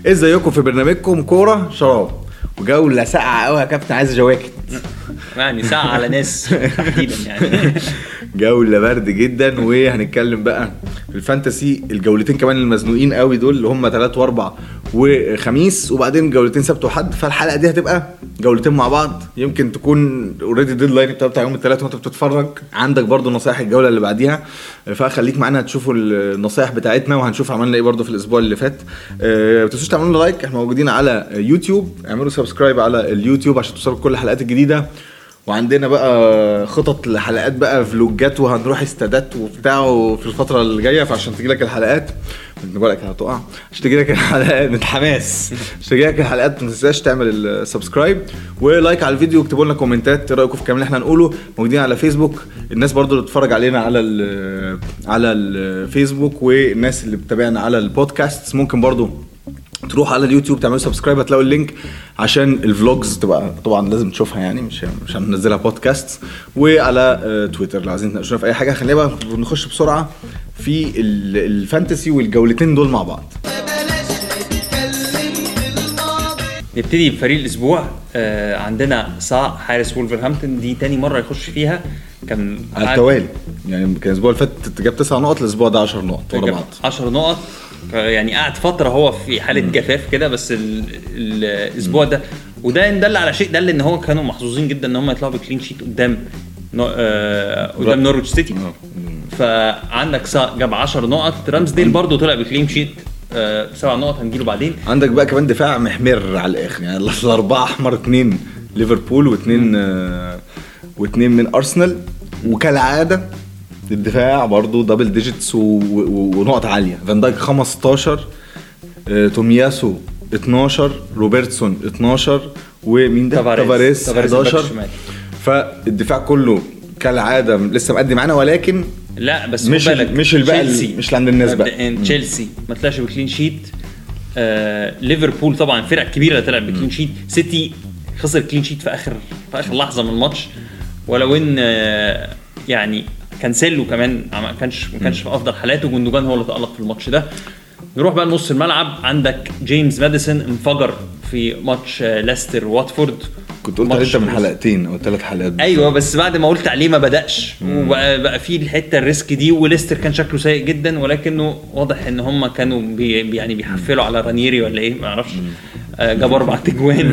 ازيكم في برنامجكم كوره شراب وجوله ساقعه قوي يا كابتن. عايز جواكت يعني ساعة على ناس تحديدا يعني جوله برد جدا. وهنتكلم بقى في الفانتسي الجولتين كمان المزنوقين قوي دول اللي هم 3 و4 وخميس وبعدين جولتين سبت وحد. فالحلقه دي هتبقى جولتين مع بعض. يمكن تكون اوريدي ديدلاين بتاع يوم الثلاث وانت بتتفرج. عندك برضو نصايح الجوله اللي بعديها فخليك معانا تشوفوا النصايح بتاعتنا وهنشوف عملنا ايه برضو في الاسبوع اللي فات. ما تنسوش تعملوا لنا لايك. احنا موجودين على يوتيوب. اعملوا سبسكرايب على اليوتيوب عشان توصلوا كل الحلقات الجديده. وعندنا بقى خطط لحلقات بقى فلوجات وهنروح استادات وبتاع في الفتره اللي جايه. فعشان تجيلك الحلقات بقول لك هتقع عشان تجيلك الحلقات من حماس عشان تجيلك الحلقات. ما تنساش تعمل السبسكرايب ولايك على الفيديو واكتبوا لنا كومنتات ايه رايكم في الكلام اللي احنا هنقوله. موجودين على فيسبوك. الناس برضو اللي بتتفرج علينا على الفيسبوك والناس اللي بتتابعنا على البودكاست ممكن برضو تروح على اليوتيوب تعملوا سبسكرايب. هتلاقوا اللينك عشان الفلوجز تبقى طبعا لازم تشوفها يعني مش هننزلها بودكاست. وعلى تويتر لو عايزين تناقشونا في اي حاجه. خلينا بقى نخش بسرعه في الفانتسي والجولتين دول مع بعض. نبتدي بفريق الاسبوع. عندنا صاع حارس وولفرهامبتون. دي تاني مره يخش فيها. كان على التوالي يعني كان الاسبوع اللي فات جاب 9 نقط. الاسبوع ده 10 نقط ورا بعض 10 نقط. يعني قاعد فتره هو في حاله جفاف كده. بس الاسبوع ده وده يدل على شيء. دل ان هو كانوا محظوظين جدا ان هم يطلعوا بكلين شيت قدام نورويتش سيتي. فعندك صاع جاب 10 نقط. رامزديل برضو طلع بكلين شيت 7 نقط هنجيله بعدين. عندك بقى كمان دفاع محمر على الاخر يعني الاربعه احمر. 2 ليفربول و2 من ارسنال. وكالعاده الدفاع برضو دبل ديجيتس ونقط عاليه. فان دايك 15 تومياسو 12 روبرتسون 12 ومين ده تافاريس 11. فالدفاع كله كالعاده لسه مقدم معانا ولكن لا بس مش الباقي مش عند الناس بقى. تشيلسي ما طلعش بكلين شيت. ليفربول طبعا فرق كبيره طلع بكلين شيت. سيتي خسر كلين شيت في اخر لحظه من الماتش. ولو ان يعني كانسيلو كمان ما كانش في افضل حالاته. جوندوجان هو اللي تألق في الماتش ده. نروح بقى لنص الملعب. عندك جيمس ماديسون انفجر في ماتش ليستر واتفورد. كنت قلت انت من حلقتين او 3 حلقات. ايوه بس بعد ما قلت عليه ما بدأش. وبقى في الحته الريسك دي. وليستر كان شكله سيء جدا ولكنه واضح ان هم كانوا يعني بيحفلوا على رانييري ولا ايه ما اعرفش. جاب 4 تجوان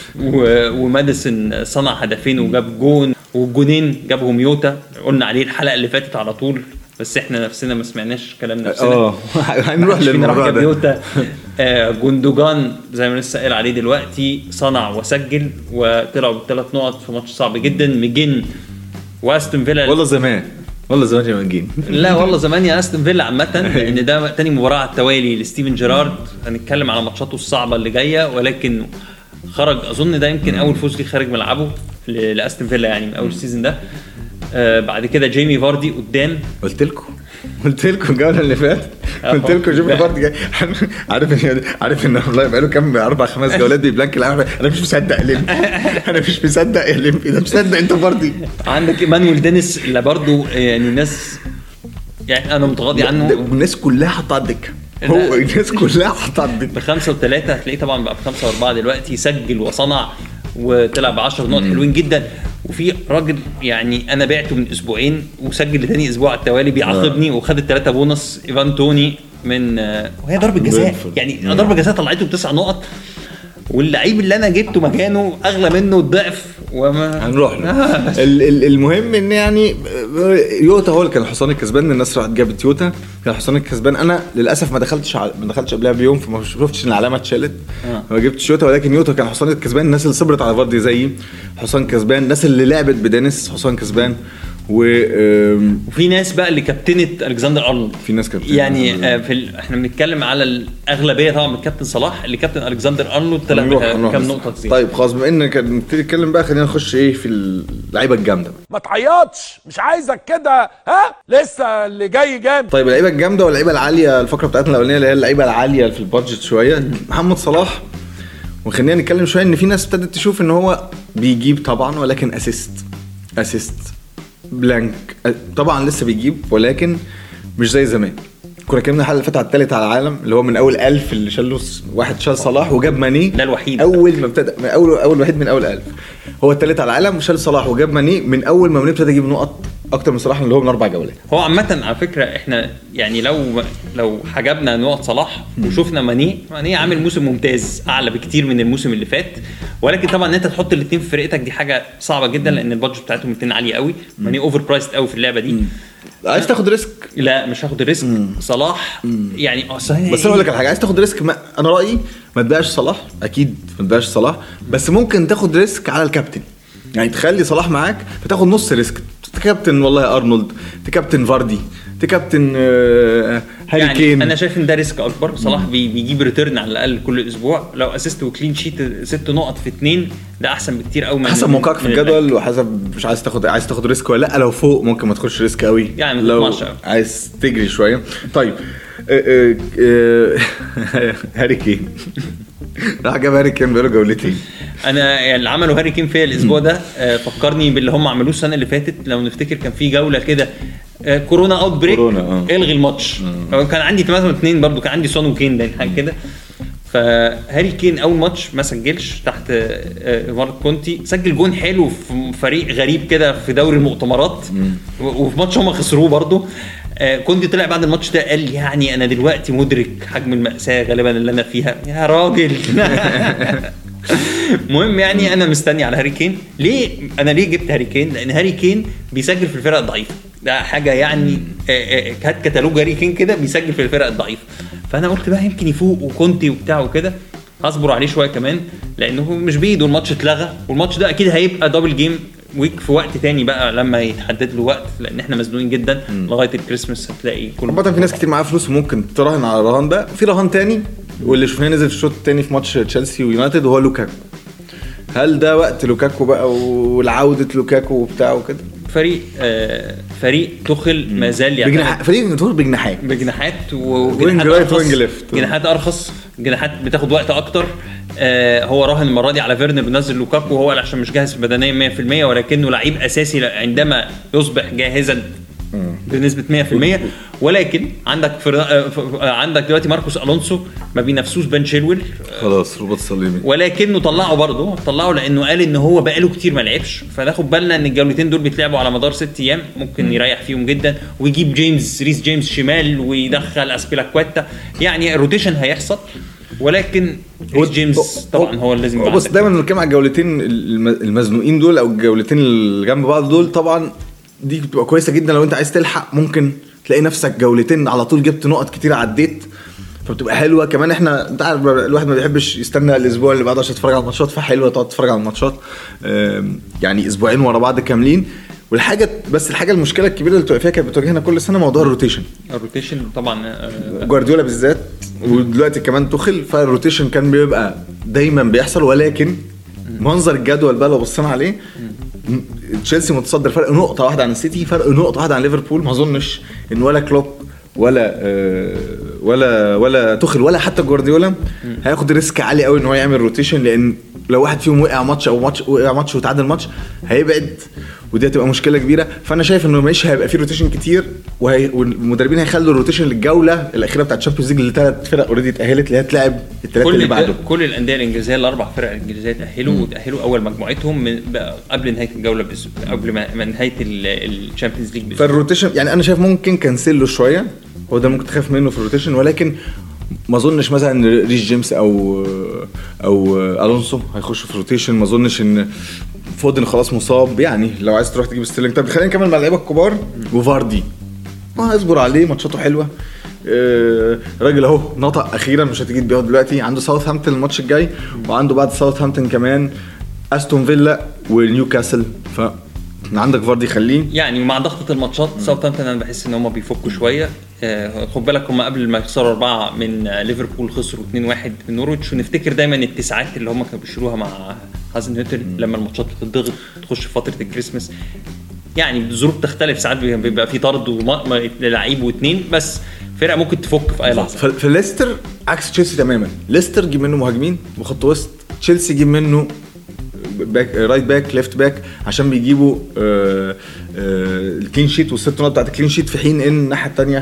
وماديسون صنع هدفين وجاب جون. والجونين جابهم يوتا. قلنا عليه الحلقه اللي فاتت على طول بس احنا نفسنا ما سمعناش كلام نفسنا. هنروح للموضوع ده. يوتا جوندوجان زي ما لسه قال عليه دلوقتي صنع وسجل وطلعوا ب3 نقط في ماتش صعب جدا. ميجين واستون فيلا. والله زمان يا مجين. لا والله زمان يا استون فيلا عامه. لان ده تاني مباراه على التوالي لستيفن جيرارد. هنتكلم على ماتشاته الصعبه اللي جايه ولكن خرج اظن ده يمكن اول فوز ليه خارج ملعبه لاستون فيلا يعني من اول السيزون ده. بعد كده جيمي فاردي قدام. قلت لكم الجوله اللي فاتت قلت لكم جيمي فاردي جاي. عارف ان والله بقاله كام 4-5 جولات ببلانك. انا مش مصدق انا مش مصدق يا لمبي. ده مصدق انت فاردي. عندك مانويل دينيس اللي برضو يعني الناس يعني انا متغاضي عنه. الناس كلها حاطه على الدكه. هو الناس كلها حاطه على الدكه. ب5 و3 هتلاقيه طبعا بقى ب5 و4 دلوقتي. سجل وصنع وطلع ب10 نقط حلوين جدا. وفي راجل يعني انا بعته من اسبوعين وسجل لتاني اسبوع على التوالي بيعاقبني وخد ال3 بونص. ايفان توني من وهي ضربه جزاء يعني ضربه جزاء طلعته ب9 نقط. واللعيب اللي انا جبته مكانه اغلى منه الضعف. وما هنروح المهم ان يعني يوتا هو اللي كان الحصان الكسبان. الناس راحت جابت يوتا كان الحصان الكسبان. انا للاسف ما دخلتش قبلها بيوم فما شفتش ان العلامه اتشالت. ما جبتش يوتا ولكن يوتا كان الحصان الكسبان. الناس اللي صبرت على فاردي زيي حصان كسبان. الناس اللي لعبت بدينيس حصان كسبان. وفي ناس بقى اللي كابتنت الكسندر ارنولد. في ناس كابتن يعني احنا بنتكلم على الاغلبيه طبعا من كابتن صلاح اللي كابتن الكسندر ارنولد طلع كام نقطه زياده. طيب خلاص بما ان نبتدي نتكلم بقى خلينا نخش ايه في اللعيبه الجامده. ما تعيطش مش عايزك كده لسه اللي جاي جامد. طيب اللعيبه الجامده واللعيبه العاليه. الفقره بتاعتنا الاولانيه اللي هي اللعيبه العاليه في البادجت شويه محمد صلاح. وخلينا نتكلم شويه ان في ناس ابتدت تشوف ان هو بيجيب طبعا ولكن اسيست بلانك طبعا لسه بيجيب ولكن مش زي زمان. كنا اتكلمنا الحلقه اللي فاتت على الثالث على العالم اللي هو من اول 1000 اللي شاله واحد شال صلاح وجاب ماني. ده الوحيد اول ما ابتدى اول واحد من اول 1000 هو الثالث على العالم وشال صلاح وجاب ماني من اول ما ماني ابتدى يجيب نقط اكتر من صلاح اللي هو من 4 جولات. هو عامه على فكره احنا يعني لو حجبنا نقط صلاح وشفنا ماني عامل موسم ممتاز اعلى بكتير من الموسم اللي فات, ولكن طبعا ان انت تحط الاثنين في فرقتك دي حاجه صعبه جدا لان البادجت بتاعتهم الاثنين عاليه قوي. ماني اوفر برايسد قوي في اللعبه دي. عايز تاخد ريسك؟ لا مش هاخد ريسك. صلاح يعني صحيح, بس انا اقول لك على حاجه, عايز تاخد ريسك انا رايي ما تبقاش صلاح, اكيد ما تبقاش صلاح, بس ممكن تاخد ريسك على الكابتن, يعني تخلي صلاح معاك فتاخد نص ريسك, تكابتن والله ارنولد, تكابتن فاردي, تكابتن هاري يعني كين. انا شايف ان ده ريسك اكبر. صلاح بيجيب ريتيرن على الاقل كل اسبوع, لو اسيست وكلين شيت 6 نقط في 2 ده احسن بكتير قوي. حسب موقعك في الجدول وحسب مش عايز تاخد ريسك ولا لا. لو فوق ممكن ما تاخدش ريسك قوي, يعني لو عايز تجري شويه. طيب هاري كين راح جاب هاري كين بقاله جولتين. انا يعني اللي عمله هاري كين في الاسبوع ده فكرني باللي هم عملوه السنه اللي فاتت. لو نفتكر كان في جوله كده كورونا اوت بريك, الغي الماتش. كان عندي مثلا 2 برضو, كان عندي سون وكين ده حاجه كده. فهاري كين اول ماتش ما سجلش تحت إمارة كونتي, سجل جون حلو في فريق غريب كده في دوري المؤتمرات, وفي ماتش هم خسروه برضو. كنت طلع بعد الماتش ده قال يعني انا دلوقتي مدرك حجم المأساة غالبا اللي انا فيها. يا راجل مهم يعني انا مستني على هاري كين. ليه جبت هاري كين؟ لان هاري كين بيسجل في الفرق الضعيفه, ده حاجه يعني كات كتالوج هاري كين كده, بيسجل في الفرق الضعيفه. فانا قلت بقى يمكن يفوق وكونتي وبتاع وكده, هصبر عليه شويه كمان لانه مش بايده. الماتش اتلغى والماتش ده اكيد هيبقى دبل جيم ويك في وقت تاني بقى لما يتحدد له وقت, لان احنا مزنوقين جدا لغايه الكريسماس. هتلاقي طبعا في ناس كتير معاها فلوس وممكن تراهن على الرهان ده. في رهان تاني واللي شفناه نزل في الشوط الثاني في ماتش تشيلسي ويونايتد وهو لوكاكو. هل ده وقت لوكاكو بقى والعوده لوكاكو وبتاع وكده؟ فريق تخل ما زال يعني فريق نتور بجناحات جناحات ارخص, جناحات بتاخد وقت اكتر. هو راهن المره دي على فيرنر بنزل لوكاكو, وهو عشان مش جاهز بدنيا 100% ولكنه لعيب اساسي عندما يصبح جاهزا بنسبه 100%. ولكن عندك دلوقتي ماركوس الونسو ما بينافسوش بن شيلويل, خلاص رباط صليبي, ولكنه طلعه لانه قال ان هو بقاله كتير ما لعبش. فناخد بالنا ان الجولتين دول بيتلعبوا على مدار 6 ايام, ممكن يريح فيهم جدا ويجيب ريس جيمس شمال ويدخل اسبيلاكويتا. يعني الروتيشن هيحصل, ولكن ريس جيمس طبعا هو اللي لازم. بس دايما بنتكلم على الجولتين المزنوقين دول او الجولتين اللي جنب بعض دول, طبعا دي بتبقى كويسه جدا لو انت عايز تلحق. ممكن تلاقي نفسك جولتين على طول جبت نقط كتير, عديت, فبتبقى حلوه. كمان احنا انت عارف الواحد ما بيحبش يستنى الاسبوع اللي بعده عشان يتفرج على الماتشات, فحلوه تقعد تتفرج على الماتشات يعني اسبوعين ورا بعض كاملين. والحاجه بس الحاجه المشكله الكبيره اللي بتبقى فيها كانت بتواجهنا كل سنه موضوع الروتيشن طبعا جوارديولا بالذات, ودلوقتي كمان تخل. فالروتيشن كان بيبقى دايما بيحصل, ولكن منظر الجدول بقى لو بصينا عليه, تشيلسي متصدر فرق نقطه واحده عن السيتي, فرق نقطه واحده عن ليفربول. ما اظنش ان ولا كلوب ولا تخل ولا حتى جوارديولا هياخد ريسك عالي قوي ان هو يعمل روتيشن, لان لو واحد فيهم وقع ماتش وتعادل ماتش هيبعد, ودي هتبقى مشكله كبيره. فانا شايف انه مش هيبقى فيه روتيشن كتير, والمدربين هيخلوا الروتيشن للجوله الاخيره بتاعه الشامبيونز ليج اللي 3 فرق اوريدي اتاهلت, اللي هتلعب ال3 اللي بعده. كل الانديه الانجليزيه ال4 فرق الانجليزيه تاهلوا اول مجموعتهم قبل نهايه الجوله, قبل ما نهايه الشامبيونز ليج. فالروتيشن يعني انا شايف ممكن كنسله شويه, هو ده ممكن تخاف منه في الروتيشن, ولكن ما اظنش مثلا ريس جيمس او الونسو هيخشوا في الروتيشن. ما اظنش ان فودن خلاص مصاب, يعني لو عايز تروح تجيب ستيرلينج. طب خلينا نكمل مع اللعيبه الكبار. وفاردي هيصبر عليه, ماتشاته حلوه, راجل اهو نطق اخيرا, مش هتيجي تبيعه دلوقتي. عنده ساوثهامبتون الماتش الجاي, وعنده بعد ساوثهامبتون كمان استون فيلا ونيوكاسل. ف عندك فاردي خليه يعني مع ضغطه الماتشات. ساوثهامبتون انا بحس ان هم بيفكوا شويه. خد بالك هم قبل ما يخسروا 4 من ليفربول خسروا 2-1 من نورويتش. ونفتكر دايما التسعات اللي هم كانوا بيشيلوها مع هازنهوتل لما الماتشات بتضغط تخش في فتره الكريسماس. يعني الظروف تختلف, ساعات بيبقى في طرد للعيب واثنين, بس فرقه ممكن تفك في اي لحظه. في ليستر عكس تشيلسي تماما. ليستر جيب منه مهاجمين وخط وسط, تشيلسي جيب منه باك, رايت باك, ليفت باك, عشان بيجيبوا الكلين شيت والست نقط بتاعت الكلين شيت, في حين ان الناحيه الثانيه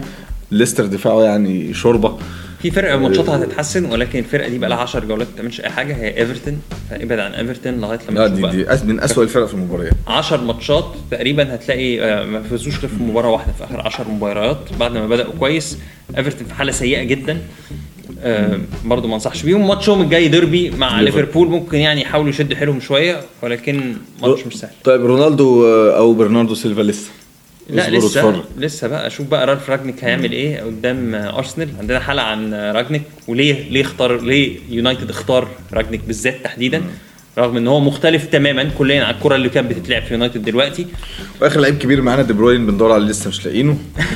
ليستر دفاعه يعني شوربه. في فرقه ماتشاتها هتتحسن، ولكن الفرقه دي بقى لها 10 جولات ما بتعملش اي حاجه، هي ايفرتون. فابعد عن ايفرتون لغايه لما لا دي من اسوأ الفرق في المباريات. 10 ماتشات تقريبا هتلاقي ما فازوش غير في مباراه واحده في اخر 10 مباريات بعد ما بداوا كويس. ايفرتون في حاله سيئه جدا، برضو ما انصحش بيهم. ماتشهم الجاي ديربي مع ليفربول، ممكن يعني يحاولوا يشدوا حيلهم شويه، ولكن ماتش مش سهل. طيب رونالدو او برناردو سيلفا لسه؟ لا لسه بقى اشوف بقى رالف راجنيك هيعمل ايه قدام ارسنال. عندنا حلقه عن راجنيك وليه يونايتد اختار راجنيك بالذات تحديدا، رغم ان هو مختلف تماما كليا عن الكره اللي كانت بتتلعب في يونايتد دلوقتي. واخر لعيب كبير معانا دي بروين بندور عليه لسه مش لاقيينه.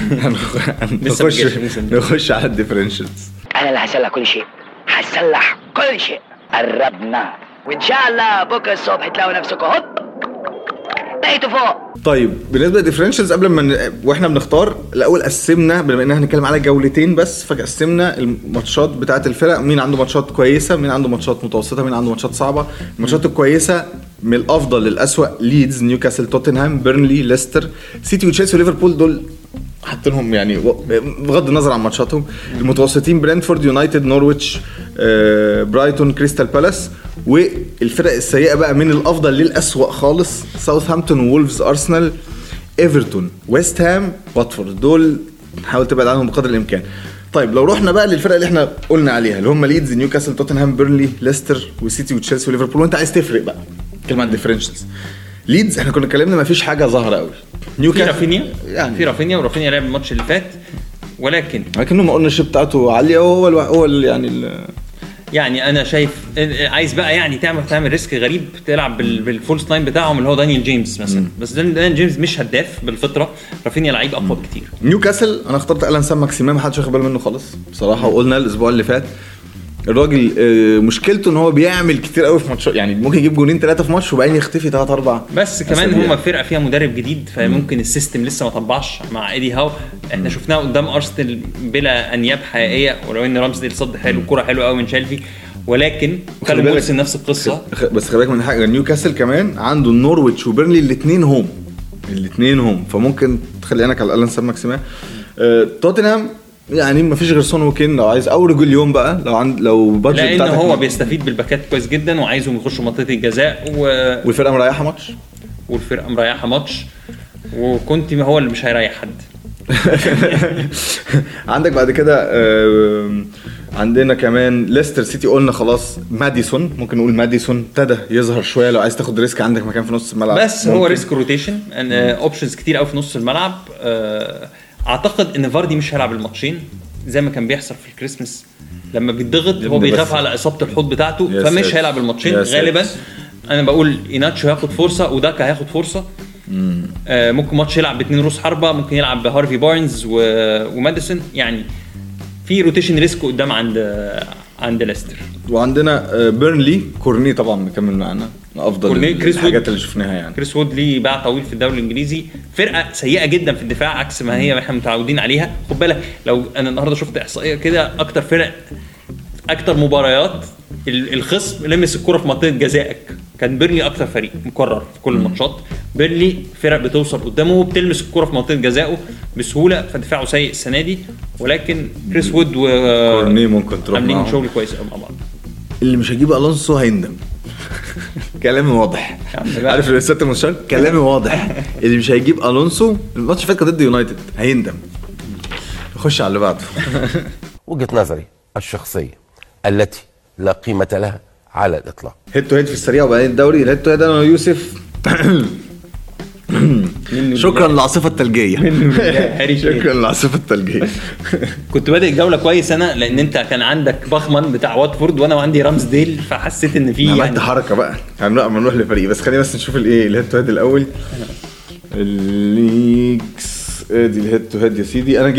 نخش على الديفرنشلز. انا اللي هسلح كل شيء، هسلح كل شيء. قربنا وان شاء الله بكره الصبح تلاقوا نفسكم هوب بقيتوا فوق. طيب بالنسبه للديفرنشلز قبل ما واحنا بنختار الاول قسمنا، بما اننا هنتكلم على جولتين بس، فقسمنا الماتشات بتاعه الفرق، مين عنده ماتشات كويسه، مين عنده ماتشات متوسطه، مين عنده ماتشات صعبه. الماتشات الكويسه من الافضل للاسوأ: ليدز، نيوكاسل، توتنهام، بيرنلي، ليستر، سيتي وتشيلسي وليفربول. دول حاطينهم يعني بغض النظر عن ماتشاتهم. المتوسطين: برينتفورد، يونايتد، نورويتش، برايتون، كريستال بالاس. والفرق السيئه بقى من الافضل للاسوأ خالص: ساوثهامبتون، وولفز، ارسنال، ايفرتون، ويست هام، واتفورد. دول حاول تبعد عنهم بقدر الامكان. طيب لو رحنا بقى للفرق اللي احنا قلنا عليها اللي هم ليدز، نيوكاسل، توتنهام، بيرنلي، ليستر، وسيتي وتشيلسي وليفربول، وانت عايز تفرق بقى كلمه عن الديفرنشلز. ليدز احنا كنا اتكلمنا ما فيش حاجه ظاهره قوي. نيوكاسل في رافينيا ورافينيا لعب الماتش اللي فات، ولكنه ما قلنا الشيب بتاعته عاليه، وهو يعني انا شايف عايز بقى يعني تعمل ريسك غريب، تلعب بالفول تايم بتاعهم اللي هو دانيال جيمس مثلا. بس دانيال جيمس مش هداف بالفطره، رافينيا لعيب اقوى بكتير. نيوكاسل انا اخترت ألان سام ماكسيمان، ما حدش واخد باله منه خالص بصراحه، وقلنا الاسبوع اللي فات الراجل مشكلته ان هو بيعمل كتير قوي في ماتش، يعني ممكن يجيب جولين 3 في ماتش وبعدين يختفي 3-4. بس كمان هم فرقه فيها مدرب جديد، فممكن السيستم لسه ما طبعش مع ايدي هاو. احنا شفناه قدام ارسنال بلا انياب حقيقيه، ولو ان رامسديل صد حلو وكره حلوه قوي من شالفي، ولكن كان بولسن نفس القصه. بس خلي بالك من حاجه، نيوكاسل كمان عنده النورويتش وبيرنلي الاثنين هوم، فممكن تخلي عينك على ألان سام ماكسيمان. توتنهام يعني ما فيش غير سون وكين لو عايز، او رجوليون بقى لو بادجت بتاعتك، لان هو بيستفيد بالباكات كويس جدا وعايزهم يخشوا منطقه الجزاء والفرقه مريحه ماتش وكنت هو اللي مش هيريح حد. عندك بعد كده عندنا كمان ليستر سيتي. قلنا خلاص ماديسون، ممكن نقول ماديسون ابتدى يظهر شويه، لو عايز تاخد ريسك عندك مكان في نص الملعب بس ممكن. هو ريسك روتيشن، اوبشنز كتير قوي في نص الملعب. اعتقد ان فاردي مش هيلعب الماتشين زي ما كان بيحصل في الكريسماس لما بيتضغط، هو بيخاف على اصابه الحوض بتاعته، فمش هيلعب الماتشين غالبا. انا بقول إيناتشو هياخد فرصه وداكا هياخد فرصه. ممكن ماتش يلعب ب2 روس حربه، ممكن يلعب بهارفي بارنز وماديسون. يعني في روتيشن ريسك قدام عند ليستر. وعندنا بيرنلي كورني طبعا مكمل معنا، افضل الحاجات اللي شفناها. يعني كريس وود ليه باع طويل في الدوري الانجليزي، فرقه سيئه جدا في الدفاع عكس ما هي احنا متعودين عليها. خد بالك لو انا النهارده شفت احصائيه كده، اكتر مباريات الخصم لمس الكره في منطقه جزائك كان بيرلي اكتر فريق مكرر في كل الماتشات. بيرلي فرق بتوصل قدامه وبتلمس الكره في منطقه جزائه بسهوله، فدفاعه سيء السنه دي، ولكن كريس وود وكورني ممكن تروح عاملين شغل كويس قوي مع بعض. اللي مش هيجيب الونسو هيندم. كلامي واضح، عارف الست المنشار، كلامي واضح. اللي مش هيجيب الونسو الماتش فات ضد يونايتد هيندم. نخش على اللي بعده. وجهة نظري الشخصيه التي لا قيمه لها على الاطلاق. هيد تو هيد في السريع وبعدين الدوري. الهيد تو هيد انا ويوسف. شكرا للعاصفه الثلجيه. شكرا للعاصفه الثلجيه. كنت بادئ الجوله كويس انا، لان انت كان عندك باخمان بتاع واتفورد وانا عندي رامسديل، فحسيت ان في عملت حركه بقى. هنروح لفريق، بس خلينا بس نشوف الايه الهيد تو هيد الاول. الليكس ادي الهيد تو هيد يا سيدي. انا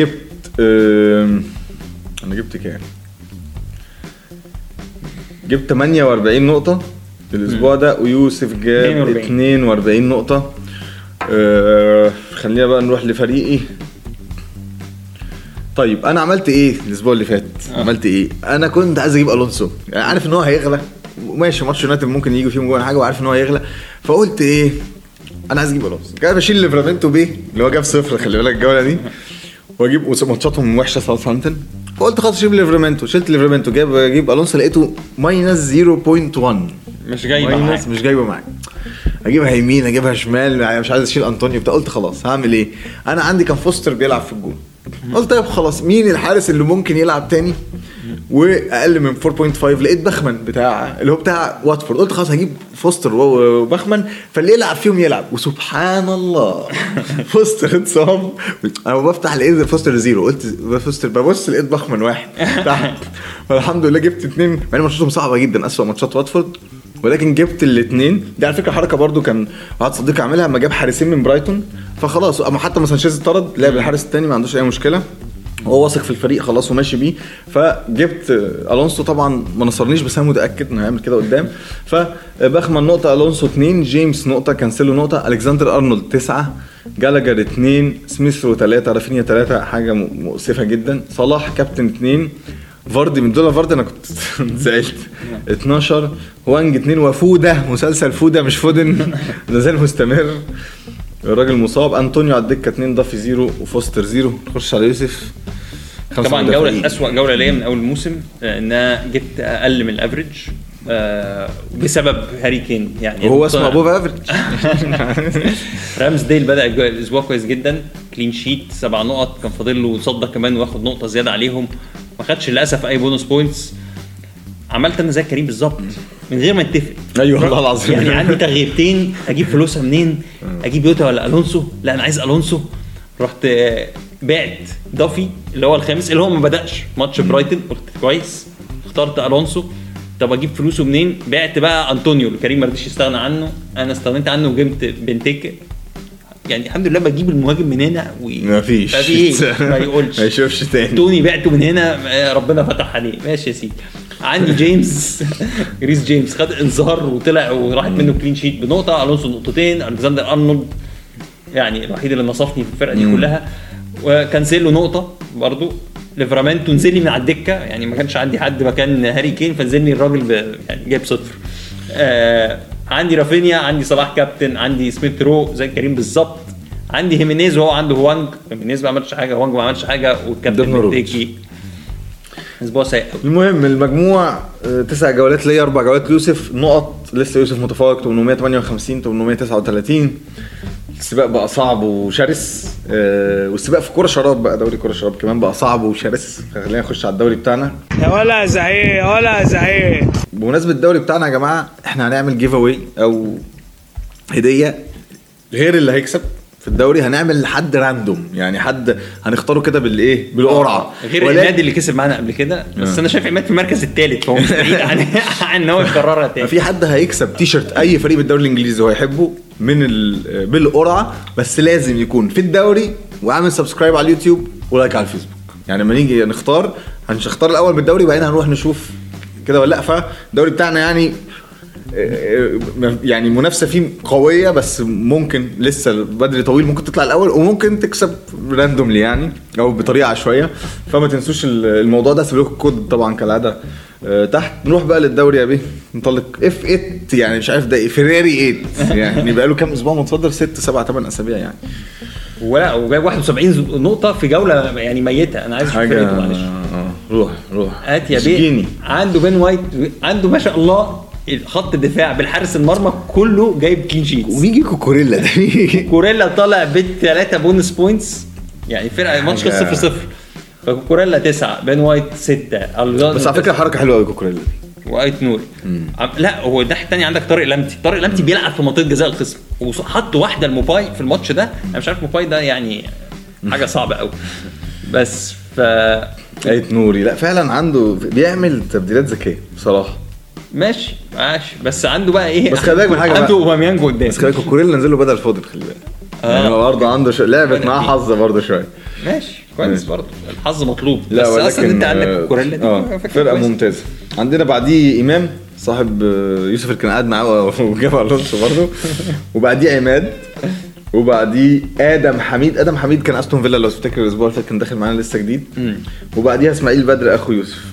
جبت كام؟ جبت 48 نقطه الاسبوع ده، ويوسف جاب 42 نقطه. خلينا بقى نروح لفريقي. طيب انا عملت ايه الاسبوع اللي فات؟ عملت ايه؟ انا كنت عايز اجيب الونسو، يعني عارف ان هو هيغلى، ماشي ماتش يونايتد ممكن يجي فيه جوه حاجه، وعارف ان هو هيغلى، فقلت ايه، انا عايز اجيب الونسو. كده بشيل ليفرامنتو بيه اللي هو جاب 0، خلي بالك الجوله دي، واجيب ماتشاتهم وحشه ساوثهامبتون، فقلت خلاص شيل ليفرمنتو، شلت ليفرمنتو، اجيب الونسو لقيته ماينس 0.1 مش جايبه معاك. مش جايبه معاك. اجيبها يمين اجيبها شمال، مش عايز اشيل انطونيو بتاع. قلت خلاص هعمل ايه؟ انا عندي كان فوستر بيلعب في الجول، قلت طيب خلاص مين الحارس اللي ممكن يلعب تاني واقل من 4.5؟ لقيت بخمن بتاع اللي هو بتاع واتفورد، قلت خلاص هجيب فوستر وبخمن فاللي يلعب فيهم يلعب. وسبحان الله فوستر اتصاب، انا بفتح لقيت فوستر 0، قلت فوستر، ببص لقيت بخمن 1 تحت. فالحمد لله جبت 2، مع ان ماتشاتهم صعبه جدا، اسوأ ماتشات واتفورد، ولكن جبت الاثنين. دي على فكره حركه برضو كان واحد صديقي عاملها لما جاب حارسين من برايتون، فخلاص اما حتى مثلا سانشيز اتطرد لعب الحارس الثاني ما عندوش اي مشكله، هو واثق في الفريق خلاص وماشي بيه. فجبت الونسو، طبعا ما نصرنيش بس انا متاكد انه هيعمل كده قدام. فبخمن نقطه، الونسو 2، جيمس نقطه، كانسيلو نقطه، الكسندر ارنولد 9، جالاجر 2، سميث رو 3، رافينيا 3، حاجه مؤسفه جدا. صلاح كابتن 2، فاردي من دول فاردي انا كنت زعلت 12، وانج 2، وفوده مسلسل فوده مش فودن نزال مستمر، الراجل مصاب. انطونيو على الدكه 2، ضافي 0 وفوستر 0. نخش على يوسف. طبعا جوله اسوأ جوله ليا من اول الموسم، ان انا جبت اقل من الافريج بسبب هاري كين. يعني وهو اسمه ابو افريج. رامز ديل بدا الاسبوع كويس جدا، كلين شيت 7 نقط، كان فاضل له يصدق كمان واخد نقطه زياده عليهم، ما خدش للاسف اي بونus بوينتس. عملت انا زي كريم بالظبط من غير ما اتفق. ايوه والله العظيم. يعني عندي تغييرتين، اجيب فلوسها منين؟ اجيب يوتا ولا الونسو؟ لا انا عايز الونسو. رحت بعت ضافي اللي هو الخامس اللي هو ما بدأش ماتش برايتن، قلت كويس اخترت الونسو. طب اجيب فلوسه منين؟ بعت بقى انطونيو اللي كريم ما رضيش يستغنى عنه، انا استغنيت عنه وجبت بنتيكا. يعني الحمد لله بجيب المهاجم من هنا ما فيش ما يقولش ما يشوفش تاني. توني بعته من هنا، ربنا فتح عليه. ماشي يا سيدي. عندي جيمس ريس جيمس خد انذار وطلع وراحت منه كلين شيت بنقطه، الونسو نقطتين، الكسندر ارنولد يعني الوحيد اللي نصفني في الفرقه دي كلها، وكانسيلو نقطه برضو. ليفرامنتو نزل لي من على الدكه، يعني ما كانش عندي حد مكان هاري كين فنزلني الراجل يعني جايب صفر. عندي رافينيا، عندي صلاح كابتن، عندي سميث رو زي كريم بالظبط، عندي هيمينيز وهو عنده هوانج. هيمينيز ما عملش حاجه، هوانج ما عملش حاجه، والكابتن بنتيكي اسبوع سيء. المهم المجموع 9 جولات ليا، 4 جولات ليوسف. نقط لسه يوسف متفوق 858 839. السباق بقى صعب وشرس، والسباق في كرة شراب بقى، دوري كرة شراب كمان بقى صعب وشرس. خلينا نخش على الدوري بتاعنا. يا ولا زعيق ولا زعيق. بمناسبة الدوري بتاعنا يا جماعة، احنا هنعمل جيف اواي او هدية غير اللي هيكسب في الدوري. هنعمل لحد راندوم، يعني حد هنختاره كده بالايه، بالقرعه، غير عماد اللي كسب معانا قبل كده. بس انا شايف عماد في المركز الثالث، فهو مش بعيد عن ان هو يكررها تاني. في حد هيكسب تيشرت اي فريق بالدوري الانجليزي هو يحبه من بالقرعه، بس لازم يكون في الدوري وعامل سبسكرايب على اليوتيوب ولايك على الفيسبوك. يعني لما نيجي نختار هنختار الاول بالدوري وبعدين هنروح نشوف كده ولا لا. فالدوري بتاعنا يعني منافسه فيه قويه، بس ممكن لسه بدري طويل، ممكن تطلع الاول وممكن تكسب راندوملي يعني او بطريقه عشوائيه. فما تنسوش الموضوع ده. سيب لكم الكود طبعا كالعاده تحت. نروح بقى للدوري يا بيه، نطلق اف 8 يعني مش عارف ده فيراري 8 يعني بقى له كام اسبوع متصدر، 6 7 8 اسابيع يعني، ولا وجايب 71 نقطه في جوله يعني ميته. انا عايز اشوف فرقته معلش. روح هات يا بيه. عنده بين وايت، عنده ما شاء الله خط الدفاع بالحارس المرمى كله جايب كلين شيتس. وميجي كوكوريلا ده كوريلا طالع ب3 بونس بوينتس، يعني فرقه ماتش 0-0. فكوكوريلا 9، بين وايت 6. بس على فكره حركه حلوه قوي كوكوريلا وايت نوري. لا هو ده الثاني. عندك طارق لمتي بيلعب في منطقه جزاء الخصم، وحط واحده الموباي في الماتش ده. انا مش عارف موباي ده يعني حاجه صعبه قوي، بس ايت نوري لا فعلا عنده بيعمل تبديلات ذكيه بصراحه. ماشي بس عنده بقى ايه، بس خلي بالك من حاجه، عنده اوباميانجو قدام. بس خلي بالك كوريلا نزل له بدل فاضل، خلي بالك يعني هو برضه عنده لعبت معاه حظ برضه شويه. ماشي كويس برضه، الحظ مطلوب. لا بس اصلا انت عندك كوريلا دي فرقه ممتازه. عندنا بعديه امام صاحب يوسف اللي كان قاعد معاه وجاب الونسو برضه، وبعديه عماد، وبعديه ادم حميد كان استون فيلا لو تفتكر الاسبوع اللي فات كان داخل معانا لسه جديد. وبعديها اسماعيل بدر اخو يوسف.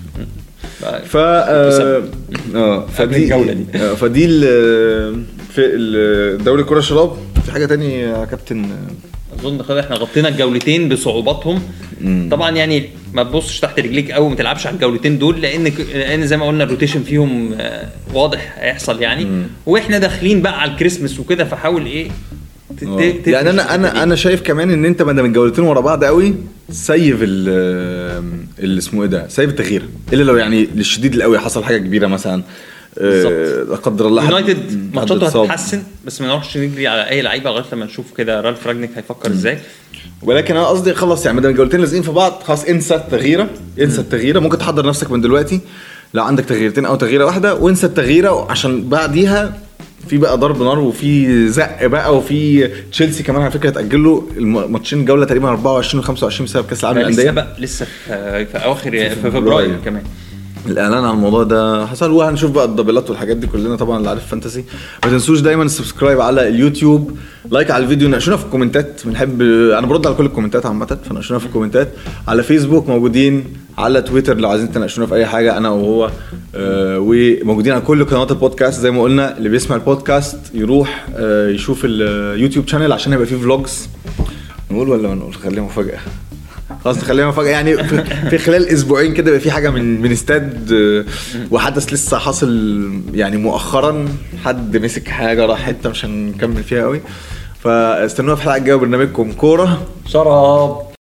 فدي الجوله دي. فدي في الدوري كرة شراب. في حاجه تاني يا كابتن اظن خلاص احنا غطينا الجولتين بصعوباتهم. طبعا يعني ما تبصش تحت رجليك قوي، ما تلعبش على الجولتين دول لان زي ما قلنا الروتيشن فيهم واضح هيحصل يعني. واحنا داخلين بقى على الكريسماس وكده، فحاول ايه يعني انا شايف كمان ان انت ما دام الجولتين ورا بعض قوي سيف اللي اسمه ايه ده، سيف التغيير الا لو يعني للشديد القوي حصل حاجه كبيره مثلا لا قدر الله يونايتد ماتشاته هتتحسن، بس ما نروحش نجري على اي لعيبه لغايه لما نشوف كده رالف راجنيك هيفكر ازاي. ولكن انا قصدي خلاص يعني ما دام الجولتين لازقين في بعض خلاص انسى التغييره. ممكن تحضر نفسك من دلوقتي لو عندك تغييرتين او تغييره واحده، وانسى التغييره عشان بعديها في بقى ضرب نار وفي زق بقى. وفي تشيلسي كمان على فكره تاجلوا الماتشين الجوله تقريبا 24 و25 بسبب كاس العالم للانديه، لسه في اواخر في فبراير كمان الاعلان عن الموضوع ده حصل. وهنشوف بقى الدبلات والحاجات دي كلنا طبعا اللي عارف فانتسي. ما تنسوش دايما السبسكرايب على اليوتيوب، لايك على الفيديو، ناقشونا في الكومنتات، بنحب انا برد على كل الكومنتات عامه، فناقشونا في الكومنتات على فيسبوك، موجودين على تويتر لو عايزين تناقشونا في اي حاجه انا وهو وموجودين على كل قنوات البودكاست. زي ما قلنا اللي بيسمع البودكاست يروح يشوف اليوتيوب شانل عشان يبقى فيه فلوجز. نقول ولا ما نقول؟ خليها مفاجاه، خلاص نخليها مفاجأة يعني. في خلال اسبوعين كده يبقى في حاجة من استاد وحدث لسه حاصل يعني مؤخرا، حد مسك حاجة راح حتة مش هنكمل فيها قوي. فاستنونا في الحلقة الجاية برنامجكم كورة شراب.